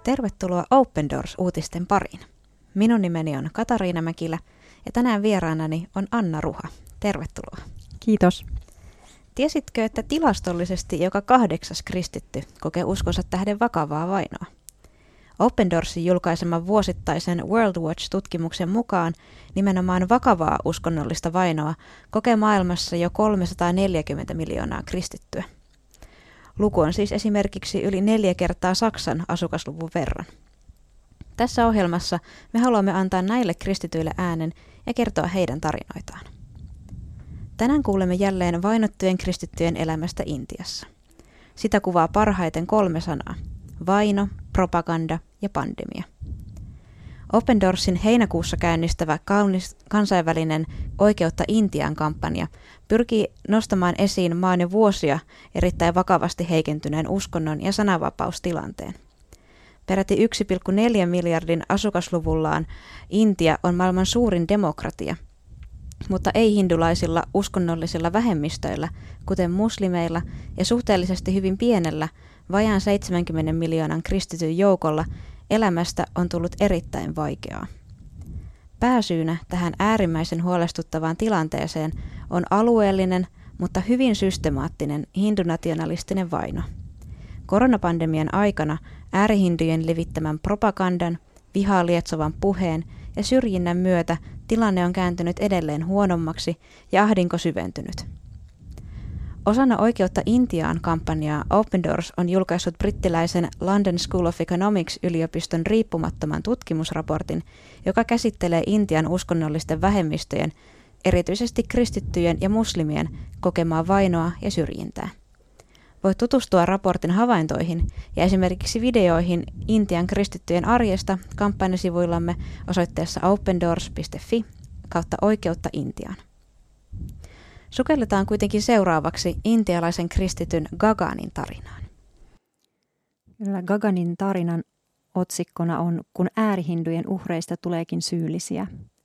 Tervetuloa Open Doors-uutisten pariin. Minun nimeni on Katariina Mäkilä ja tänään vieraanani on Anna Ruha. Tervetuloa. Kiitos. Tiesitkö, että tilastollisesti joka 8. kristitty kokee uskonsa tähden vakavaa vainoa? Open Doorsin julkaiseman vuosittaisen World Watch-tutkimuksen mukaan nimenomaan vakavaa uskonnollista vainoa kokee maailmassa jo 340 miljoonaa kristittyä. Luku on siis esimerkiksi yli 4 kertaa Saksan asukasluvun verran. Tässä ohjelmassa me haluamme antaa näille kristityille äänen ja kertoa heidän tarinoitaan. Tänään kuulemme jälleen vainottujen kristittyjen elämästä Intiassa. Sitä kuvaa parhaiten 3 sanaa: vaino, propaganda ja pandemia. Open Doorsin heinäkuussa käynnistävä kaunis kansainvälinen Oikeutta Intiaan -kampanja pyrkii nostamaan esiin maan jo vuosia erittäin vakavasti heikentyneen uskonnon ja sananvapaustilanteen. Peräti 1,4 miljardin asukasluvullaan Intia on maailman suurin demokratia, mutta ei hindulaisilla uskonnollisilla vähemmistöillä, kuten muslimeilla ja suhteellisesti hyvin pienellä, vajaan 70 miljoonan kristityn joukolla, elämästä on tullut erittäin vaikeaa. Pääsyynä tähän äärimmäisen huolestuttavaan tilanteeseen on alueellinen, mutta hyvin systemaattinen hindunationalistinen vaino. Koronapandemian aikana äärihindujen levittämän propagandan, vihaa lietsovan puheen ja syrjinnän myötä tilanne on kääntynyt edelleen huonommaksi ja ahdinko syventynyt. Osana Oikeutta Intiaan -kampanjaa Open Doors on julkaissut brittiläisen London School of Economics-yliopiston riippumattoman tutkimusraportin, joka käsittelee Intian uskonnollisten vähemmistöjen, erityisesti kristittyjen ja muslimien, kokemaa vainoa ja syrjintää. Voit tutustua raportin havaintoihin ja esimerkiksi videoihin Intian kristittyjen arjesta kampanjasivuillamme osoitteessa opendoors.fi/Oikeutta Intiaan. Sukelletaan kuitenkin seuraavaksi intialaisen kristityn Gaganin tarinaan. Kyllä Gaganin tarinan otsikkona on "Kun äärihindujen uhreista tuleekin syyllisiä".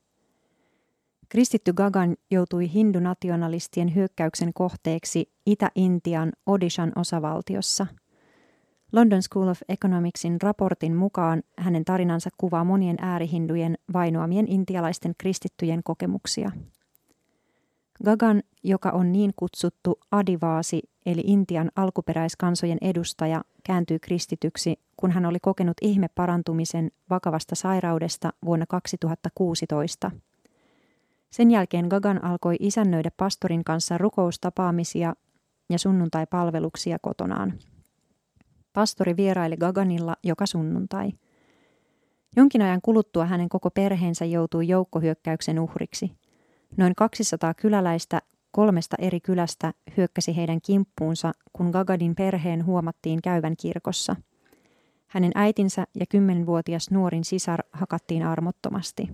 Kristitty Gagan joutui hindunationalistien hyökkäyksen kohteeksi Itä-Intian Odishan osavaltiossa. London School of Economicsin raportin mukaan hänen tarinansa kuvaa monien äärihindujen vainoamien intialaisten kristittyjen kokemuksia. Gagan, joka on niin kutsuttu adivaasi eli Intian alkuperäiskansojen edustaja, kääntyi kristityksi, kun hän oli kokenut ihmeparantumisen vakavasta sairaudesta vuonna 2016. Sen jälkeen Gagan alkoi isännöidä pastorin kanssa rukoustapaamisia ja sunnuntaipalveluksia kotonaan. Pastori vieraili Gaganilla joka sunnuntai. Jonkin ajan kuluttua hänen koko perheensä joutui joukkohyökkäyksen uhriksi. Noin 200 kyläläistä 3 eri kylästä hyökkäsi heidän kimppuunsa, kun Gaganin perheen huomattiin käyvän kirkossa. Hänen äitinsä ja 10-vuotias nuorin sisar hakattiin armottomasti.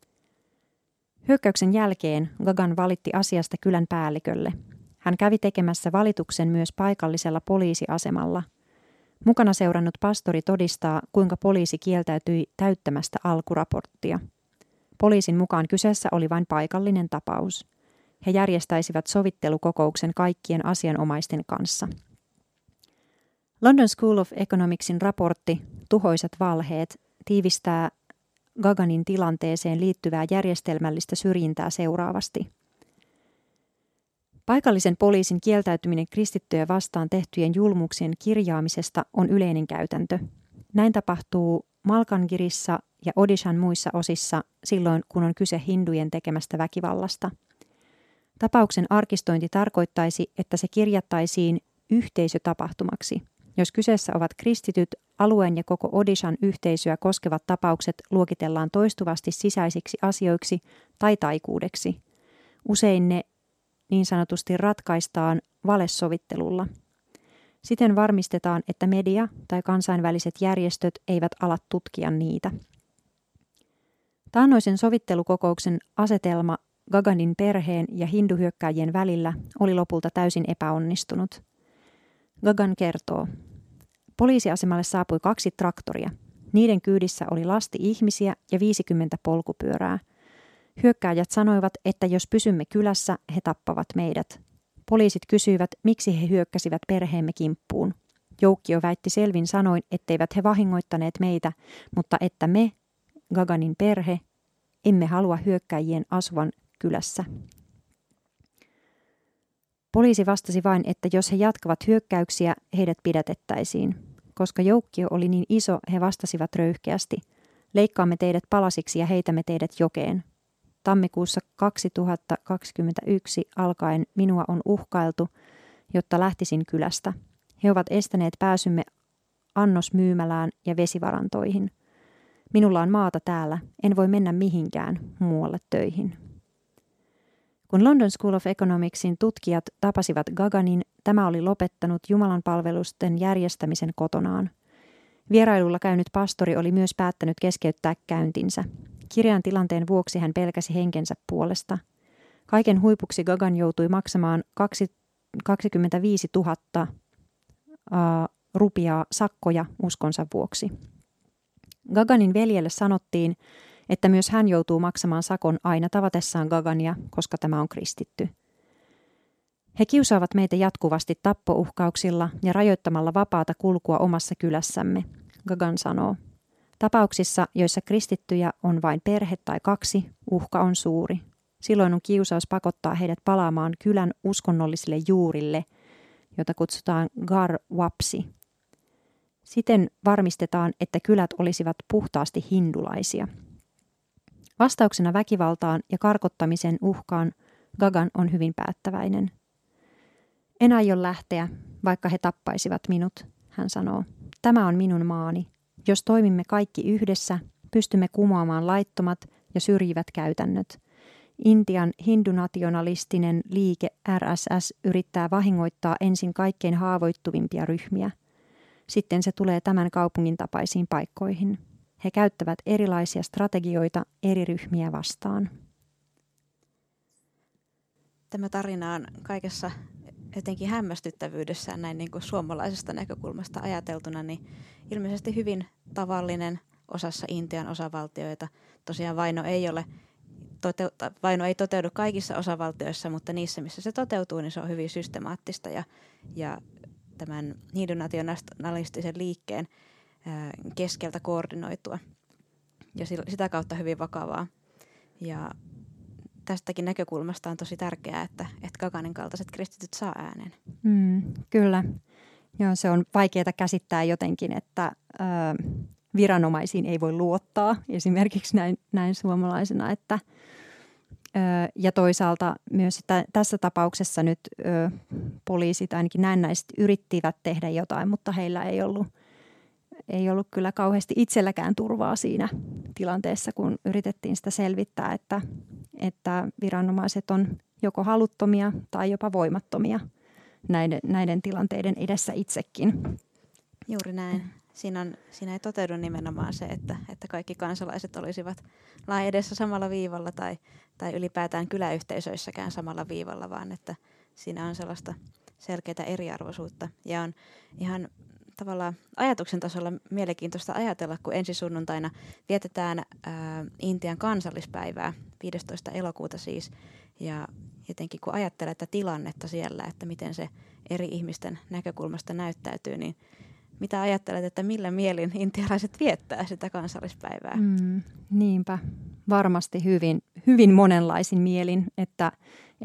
Hyökkäyksen jälkeen Gagan valitti asiasta kylän päällikölle. Hän kävi tekemässä valituksen myös paikallisella poliisiasemalla. Mukana seurannut pastori todistaa, kuinka poliisi kieltäytyi täyttämästä alkuraporttia. Poliisin mukaan kyseessä oli vain paikallinen tapaus. He järjestäisivät sovittelukokouksen kaikkien asianomaisten kanssa. London School of Economicsin raportti "Tuhoisat valheet" tiivistää Gaganin tilanteeseen liittyvää järjestelmällistä syrjintää seuraavasti. Paikallisen poliisin kieltäytyminen kristittyjä vastaan tehtyjen julmuuksien kirjaamisesta on yleinen käytäntö. Näin tapahtuu Malkangirissa ja Odishan muissa osissa silloin, kun on kyse hindujen tekemästä väkivallasta. Tapauksen arkistointi tarkoittaisi, että se kirjattaisiin yhteisötapahtumaksi. Jos kyseessä ovat kristityt, alueen ja koko Odishan yhteisöä koskevat tapaukset luokitellaan toistuvasti sisäisiksi asioiksi tai taikuudeksi. Usein ne niin sanotusti ratkaistaan valesovittelulla. Siten varmistetaan, että media tai kansainväliset järjestöt eivät ala tutkia niitä. Taannoisen sovittelukokouksen asetelma Gaganin perheen ja hinduhyökkääjien välillä oli lopulta täysin epäonnistunut. Gagan kertoo: poliisiasemalle saapui 2 traktoria. Niiden kyydissä oli lasti ihmisiä ja 50 polkupyörää. Hyökkääjät sanoivat, että jos pysymme kylässä, he tappavat meidät. Poliisit kysyivät, miksi he hyökkäsivät perheemme kimppuun. Joukkio väitti selvin sanoin, etteivät he vahingoittaneet meitä, mutta että me, Gaganin perhe, emme halua hyökkäjien asuvan kylässä. Poliisi vastasi vain, että jos he jatkavat hyökkäyksiä, heidät pidätettäisiin. Koska joukkio oli niin iso, he vastasivat röyhkeästi. Leikkaamme teidät palasiksi ja heitämme teidät jokeen. Tammikuussa 2021 alkaen minua on uhkailtu, jotta lähtisin kylästä. He ovat estäneet pääsymme annosmyymälään ja vesivarantoihin. Minulla on maata täällä, en voi mennä mihinkään muualle töihin. Kun London School of Economicsin tutkijat tapasivat Gaganin, tämä oli lopettanut jumalanpalvelusten järjestämisen kotonaan. Vierailulla käynyt pastori oli myös päättänyt keskeyttää käyntinsä. Kireän tilanteen vuoksi hän pelkäsi henkensä puolesta. Kaiken huipuksi Gagan joutui maksamaan 25 000 rupiaa sakkoja uskonsa vuoksi. Gaganin veljelle sanottiin, että myös hän joutuu maksamaan sakon aina tavatessaan Gagania, koska tämä on kristitty. He kiusaavat meitä jatkuvasti tappouhkauksilla ja rajoittamalla vapaata kulkua omassa kylässämme, Gagan sanoo. Tapauksissa, joissa kristittyjä on vain perhe tai kaksi, uhka on suuri. Silloin on kiusaus pakottaa heidät palaamaan kylän uskonnollisille juurille, jota kutsutaan Gar-Wapsi. Siten varmistetaan, että kylät olisivat puhtaasti hindulaisia. Vastauksena väkivaltaan ja karkottamisen uhkaan Gagan on hyvin päättäväinen. En aio lähteä, vaikka he tappaisivat minut, hän sanoo. Tämä on minun maani. Jos toimimme kaikki yhdessä, pystymme kumoamaan laittomat ja syrjivät käytännöt. Intian hindunationalistinen liike RSS yrittää vahingoittaa ensin kaikkein haavoittuvimpia ryhmiä. Sitten se tulee tämän kaupungin tapaisiin paikkoihin. He käyttävät erilaisia strategioita eri ryhmiä vastaan. Tämä tarina on kaikessa jotenkin hämmästyttävyydessään näin niin kuin suomalaisesta näkökulmasta ajateltuna, niin ilmeisesti hyvin tavallinen osassa Intian osavaltioita. Tosiaan vaino ei toteudu kaikissa osavaltioissa, mutta niissä, missä se toteutuu, niin se on hyvin systemaattista ja tämän hindunationalistisen liikkeen keskeltä koordinoitua ja sitä kautta hyvin vakavaa. Ja tästäkin näkökulmasta on tosi tärkeää, että Gaganin kaltaiset kristityt saa äänen. Kyllä. Joo, se on vaikeaa käsittää jotenkin, että viranomaisiin ei voi luottaa esimerkiksi näin suomalaisena. Ja toisaalta myös että tässä tapauksessa nyt poliisit ainakin näennäisesti yrittivät tehdä jotain, mutta heillä ei ollut kyllä kauheasti itselläkään turvaa siinä tilanteessa, kun yritettiin sitä selvittää, että viranomaiset on joko haluttomia tai jopa voimattomia näiden tilanteiden edessä itsekin. Juuri näin. Siinä ei toteudu nimenomaan se, että kaikki kansalaiset olisivat lain edessä samalla viivalla tai ylipäätään kyläyhteisöissäkään samalla viivalla, vaan että siinä on sellaista selkeää eriarvoisuutta. Ja on ihan tavallaan ajatuksen tasolla mielenkiintoista ajatella, kun ensi sunnuntaina vietetään Intian kansallispäivää, 15. elokuuta siis, ja jotenkin kun ajattelee tätä tilannetta siellä, että miten se eri ihmisten näkökulmasta näyttäytyy, niin mitä ajattelet, että millä mielin intialaiset viettää sitä kansallispäivää? Niinpä, varmasti hyvin monenlaisin mielin, että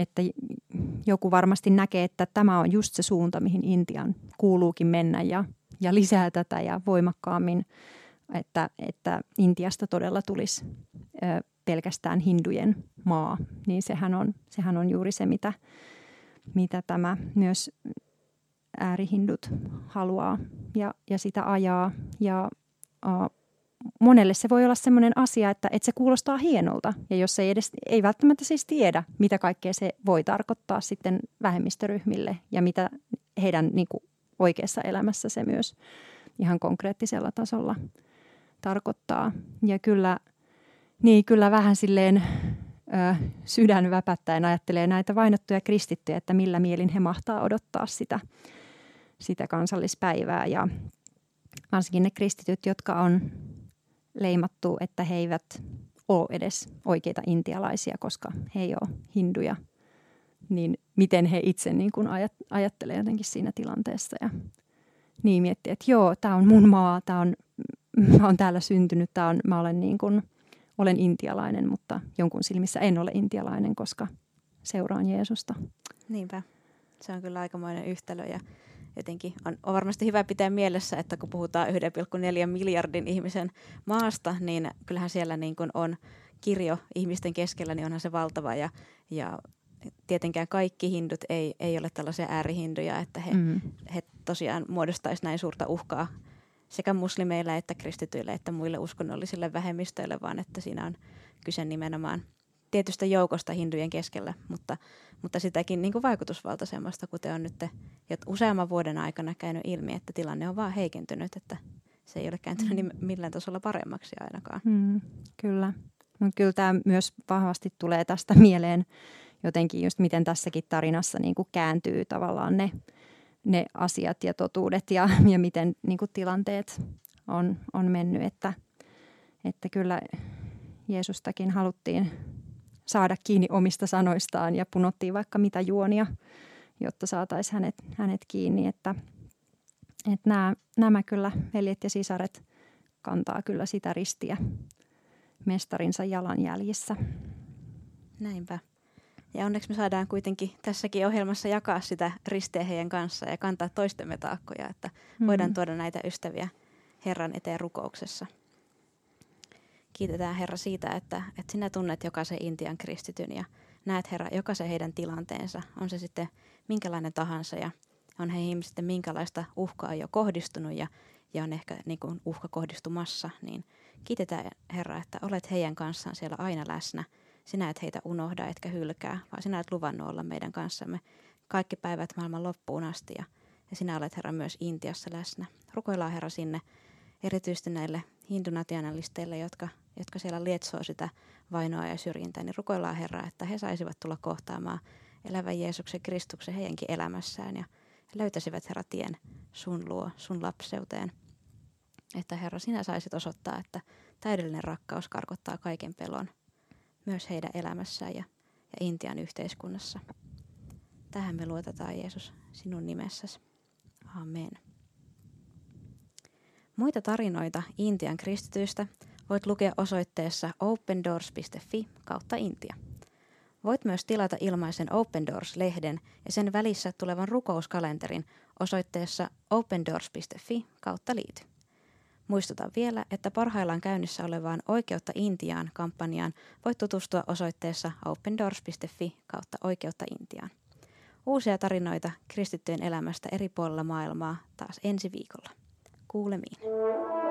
joku varmasti näkee, että tämä on just se suunta, mihin Intian kuuluukin mennä ja lisää tätä ja voimakkaammin, että Intiasta todella tulisi pelkästään hindujen maa, niin sehän on juuri se, mitä tämä myös äärihindut haluaa ja sitä ajaa. Ja monelle se voi olla sellainen asia, että se kuulostaa hienolta. Ja jos ei välttämättä siis tiedä, mitä kaikkea se voi tarkoittaa sitten vähemmistöryhmille ja mitä heidän niin kuin oikeassa elämässä se myös ihan konkreettisella tasolla tarkoittaa. Ja kyllä vähän silleen sydän väpättäen ajattelee näitä vainottuja kristittyjä, että millä mielin he mahtaa odottaa sitä kansallispäivää. Ja varsinkin ne kristityt, jotka on leimattu, että he eivät ole edes oikeita intialaisia, koska he ei ole hinduja, niin miten he itse niin kuin ajattelee jotenkin siinä tilanteessa. Ja niin miettii, että joo, tämä on mun maa, mä oon täällä syntynyt, mä olen olen intialainen, mutta jonkun silmissä en ole intialainen, koska seuraan Jeesusta. Niinpä. Se on kyllä aikamoinen yhtälö ja jotenkin on varmasti hyvä pitää mielessä, että kun puhutaan 1,4 miljardin ihmisen maasta, niin kyllähän siellä niin kuin on kirjo ihmisten keskellä, niin onhan se valtava ja tietenkään kaikki hindut ei ole tällaisia äärihinduja, että he tosiaan muodostaisi näin suurta uhkaa sekä muslimeille että kristityille että muille uskonnollisille vähemmistöille, vaan että siinä on kyse nimenomaan tietystä joukosta hindujen keskellä, mutta sitäkin niin kuin vaikutusvaltaisemmasta, kuten on nyt jo useamman vuoden aikana käynyt ilmi, että tilanne on vaan heikentynyt, että se ei ole kääntynyt millään tasolla paremmaksi ainakaan. Kyllä, mutta kyllä tämä myös vahvasti tulee tästä mieleen jotenkin just miten tässäkin tarinassa niin kuin kääntyy tavallaan ne asiat ja totuudet ja miten niin kuin tilanteet on mennyt, että kyllä Jeesustakin haluttiin saada kiinni omista sanoistaan ja punottiin vaikka mitä juonia, jotta saataisiin hänet kiinni, että nämä kyllä veljet ja sisaret kantaa kyllä sitä ristiä mestarinsa jalanjäljissä. Näinpä. Ja onneksi me saadaan kuitenkin tässäkin ohjelmassa jakaa sitä ristiä heidän kanssa ja kantaa toistemme taakkoja, että voidaan tuoda näitä ystäviä Herran eteen rukouksessa. Kiitetään Herra siitä, että sinä tunnet jokaisen Intian kristityn ja näet Herra jokaisen heidän tilanteensa. On se sitten minkälainen tahansa ja on heihin sitten minkälaista uhkaa jo kohdistunut ja on ehkä niin kuin uhka kohdistumassa. Niin kiitetään Herra, että olet heidän kanssaan siellä aina läsnä. Sinä et heitä unohda etkä hylkää, vaan sinä et luvannut olla meidän kanssamme kaikki päivät maailman loppuun asti. Ja sinä olet Herra myös Intiassa läsnä. Rukoillaan Herra sinne erityisesti näille hindunationalisteille, jotka siellä lietsoo sitä vainoa ja syrjintää, niin rukoillaan Herra, että he saisivat tulla kohtaamaan elävän Jeesuksen Kristuksen heidänkin elämässään ja löytäisivät Herra tien sun luo, sun lapseuteen. Että Herra, sinä saisit osoittaa, että täydellinen rakkaus karkottaa kaiken pelon myös heidän elämässään ja Intian yhteiskunnassa. Tähän me luotetaan, Jeesus, sinun nimessäsi. Amen. Muita tarinoita Intian kristityistä voit lukea osoitteessa opendoors.fi/Intia. Voit myös tilata ilmaisen Open Doors-lehden ja sen välissä tulevan rukouskalenterin osoitteessa opendoors.fi/liity. Muistutan vielä, että parhaillaan käynnissä olevaan Oikeutta Intiaan -kampanjaan voit tutustua osoitteessa opendoors.fi/Oikeutta Intiaan. Uusia tarinoita kristittyjen elämästä eri puolilla maailmaa taas ensi viikolla. Kuulemiin.